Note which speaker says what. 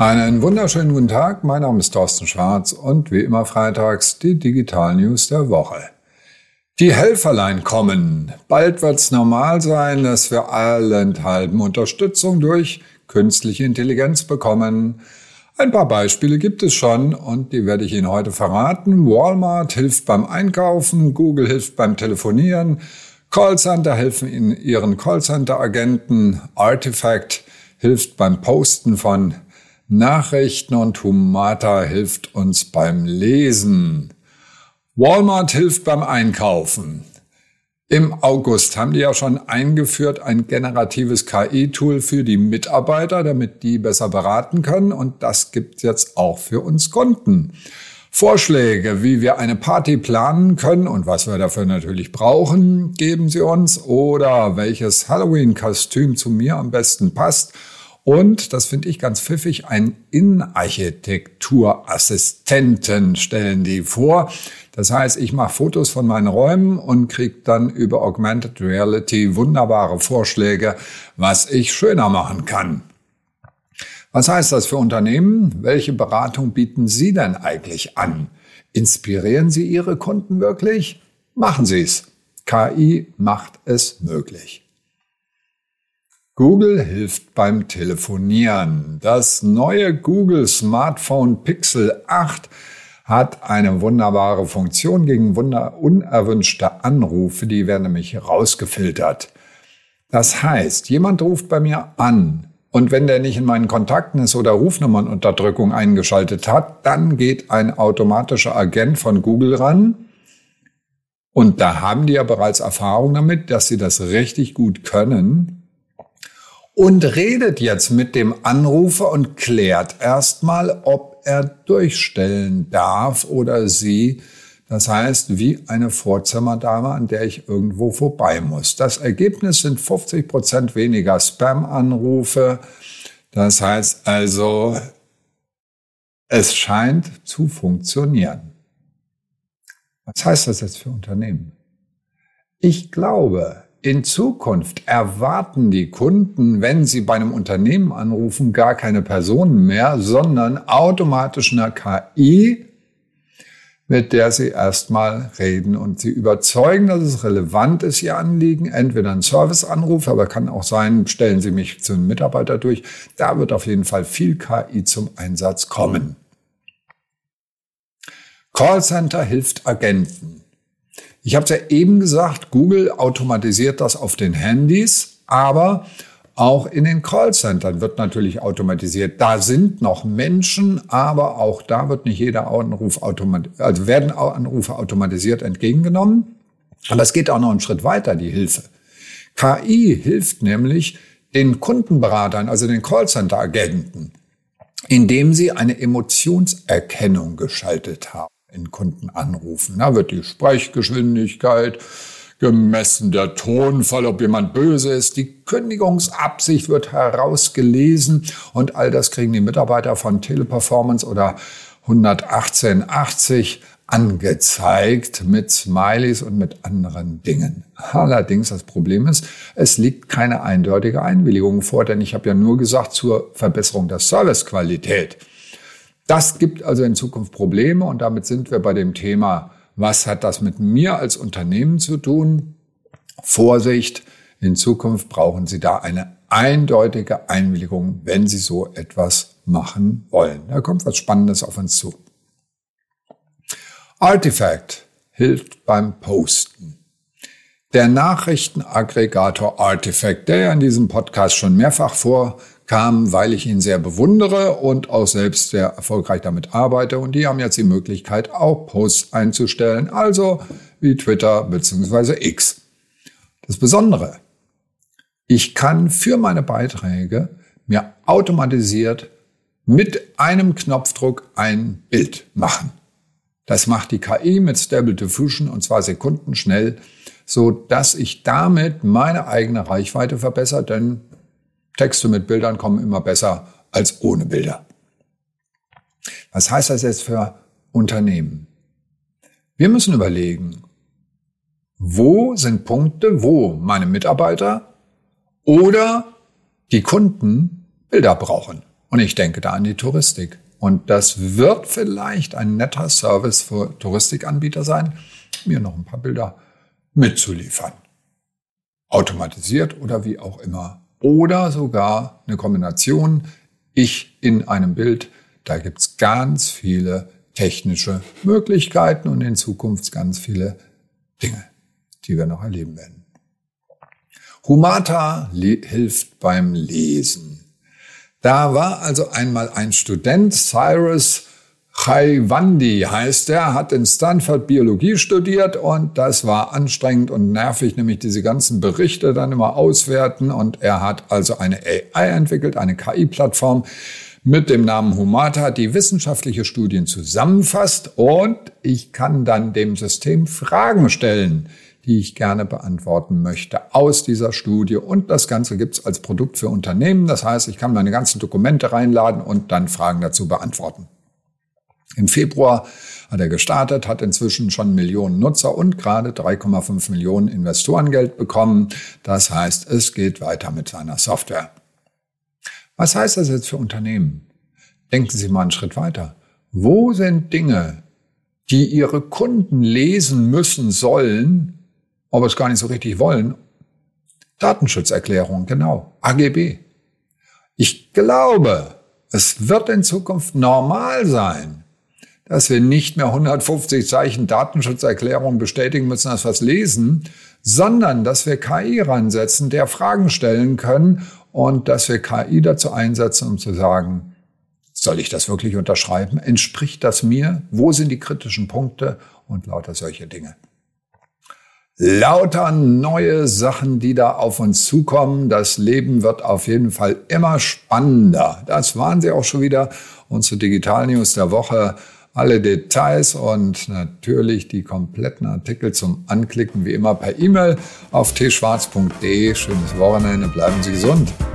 Speaker 1: Einen wunderschönen guten Tag, mein Name ist Thorsten Schwarz und wie immer freitags die Digital News der Woche. Die Helferlein kommen. Bald wird es normal sein, dass wir allenthalben Unterstützung durch künstliche Intelligenz bekommen. Ein paar Beispiele gibt es schon und die werde ich Ihnen heute verraten. Walmart hilft beim Einkaufen, Google hilft beim Telefonieren, Callcenter helfen in ihren Callcenter-Agenten, Artifact hilft beim Posten von Nachrichten und Humata hilft uns beim Lesen. Walmart hilft beim Einkaufen. Im August haben die ja schon eingeführt ein generatives KI-Tool für die Mitarbeiter, damit die besser beraten können. Und das gibt's jetzt auch für uns Kunden. Vorschläge, wie wir eine Party planen können und was wir dafür natürlich brauchen, geben sie uns. Oder welches Halloween-Kostüm zu mir am besten passt. Und, das finde ich ganz pfiffig, einen Innenarchitekturassistenten stellen die vor. Das heißt, ich mache Fotos von meinen Räumen und kriege dann über Augmented Reality wunderbare Vorschläge, was ich schöner machen kann. Was heißt das für Unternehmen? Welche Beratung bieten Sie denn eigentlich an? Inspirieren Sie Ihre Kunden wirklich? Machen Sie es. KI macht es möglich. Google hilft beim Telefonieren. Das neue Google Smartphone Pixel 8 hat eine wunderbare Funktion gegen unerwünschte Anrufe. Die werden nämlich rausgefiltert. Das heißt, jemand ruft bei mir an und wenn der nicht in meinen Kontakten ist oder Rufnummernunterdrückung eingeschaltet hat, dann geht ein automatischer Agent von Google ran. Und da haben die ja bereits Erfahrung damit, dass sie das richtig gut können. Und redet jetzt mit dem Anrufer und klärt erstmal, ob er durchstellen darf oder sie. Das heißt, wie eine Vorzimmerdame, an der ich irgendwo vorbei muss. Das Ergebnis sind 50% weniger Spam-Anrufe. Das heißt also, es scheint zu funktionieren. Was heißt das jetzt für Unternehmen? Ich glaube, in Zukunft erwarten die Kunden, wenn sie bei einem Unternehmen anrufen, gar keine Personen mehr, sondern automatisch eine KI, mit der sie erstmal reden und sie überzeugen, dass es relevant ist, ihr Anliegen. Entweder ein Serviceanruf, aber kann auch sein, stellen Sie mich zu einem Mitarbeiter durch. Da wird auf jeden Fall viel KI zum Einsatz kommen. Callcenter hilft Agenten. Ich habe es ja eben gesagt, Google automatisiert das auf den Handys, aber auch in den Callcentern wird natürlich automatisiert. Da sind noch Menschen, aber auch da wird nicht jeder Anruf werden Anrufe automatisiert entgegengenommen. Aber es geht auch noch einen Schritt weiter, die Hilfe. KI hilft nämlich den Kundenberatern, also den Callcenter-Agenten, indem sie eine Emotionserkennung geschaltet haben in Kundenanrufen. Da wird die Sprechgeschwindigkeit gemessen, der Tonfall, ob jemand böse ist, die Kündigungsabsicht wird herausgelesen und all das kriegen die Mitarbeiter von Teleperformance oder 11880 angezeigt mit Smileys und mit anderen Dingen. Allerdings das Problem ist, es liegt keine eindeutige Einwilligung vor, denn ich habe ja nur gesagt zur Verbesserung der Servicequalität. Das gibt also in Zukunft Probleme und damit sind wir bei dem Thema, was hat das mit mir als Unternehmen zu tun? Vorsicht, in Zukunft brauchen Sie da eine eindeutige Einwilligung, wenn Sie so etwas machen wollen. Da kommt was Spannendes auf uns zu. Artifact hilft beim Posten. Der Nachrichtenaggregator Artifact, der ja in diesem Podcast schon mehrfach vorkam, weil ich ihn sehr bewundere und auch selbst sehr erfolgreich damit arbeite. Und die haben jetzt die Möglichkeit, auch Posts einzustellen, also wie Twitter bzw. X. Das Besondere, ich kann für meine Beiträge mir automatisiert mit einem Knopfdruck ein Bild machen. Das macht die KI mit Stable Diffusion und zwar sekundenschnell, so dass ich damit meine eigene Reichweite verbessere, denn Texte mit Bildern kommen immer besser als ohne Bilder. Was heißt das jetzt für Unternehmen? Wir müssen überlegen, wo sind Punkte, wo meine Mitarbeiter oder die Kunden Bilder brauchen. Und ich denke da an die Touristik. Und das wird vielleicht ein netter Service für Touristikanbieter sein, mir noch ein paar Bilder mitzuliefern. Automatisiert oder wie auch immer. Oder sogar eine Kombination, ich in einem Bild. Da gibt's ganz viele technische Möglichkeiten und in Zukunft ganz viele Dinge, die wir noch erleben werden. Humata hilft beim Lesen. Da war also einmal ein Student, Cyrus Chaiwandi heißt er, hat in Stanford Biologie studiert und das war anstrengend und nervig, nämlich diese ganzen Berichte dann immer auswerten, und er hat also eine AI entwickelt, eine KI-Plattform mit dem Namen Humata, die wissenschaftliche Studien zusammenfasst, und ich kann dann dem System Fragen stellen, die ich gerne beantworten möchte aus dieser Studie, und das Ganze gibt's als Produkt für Unternehmen. Das heißt, ich kann meine ganzen Dokumente reinladen und dann Fragen dazu beantworten. Im Februar hat er gestartet, hat inzwischen schon Millionen Nutzer und gerade 3,5 Millionen Investorengeld bekommen. Das heißt, es geht weiter mit seiner Software. Was heißt das jetzt für Unternehmen? Denken Sie mal einen Schritt weiter. Wo sind Dinge, die Ihre Kunden lesen müssen sollen, aber es gar nicht so richtig wollen? Datenschutzerklärung, genau. AGB. Ich glaube, es wird in Zukunft normal sein, dass wir nicht mehr 150 Zeichen Datenschutzerklärung bestätigen müssen, dass wir es lesen, sondern dass wir KI ransetzen, der Fragen stellen können, und dass wir KI dazu einsetzen, um zu sagen, soll ich das wirklich unterschreiben? Entspricht das mir? Wo sind die kritischen Punkte? Und lauter solche Dinge. Lauter neue Sachen, die da auf uns zukommen. Das Leben wird auf jeden Fall immer spannender. Das waren sie auch schon wieder. Unsere Digital-News der Woche. Alle Details und natürlich die kompletten Artikel zum Anklicken wie immer per E-Mail auf tschwarz.de. Schönes Wochenende, bleiben Sie gesund.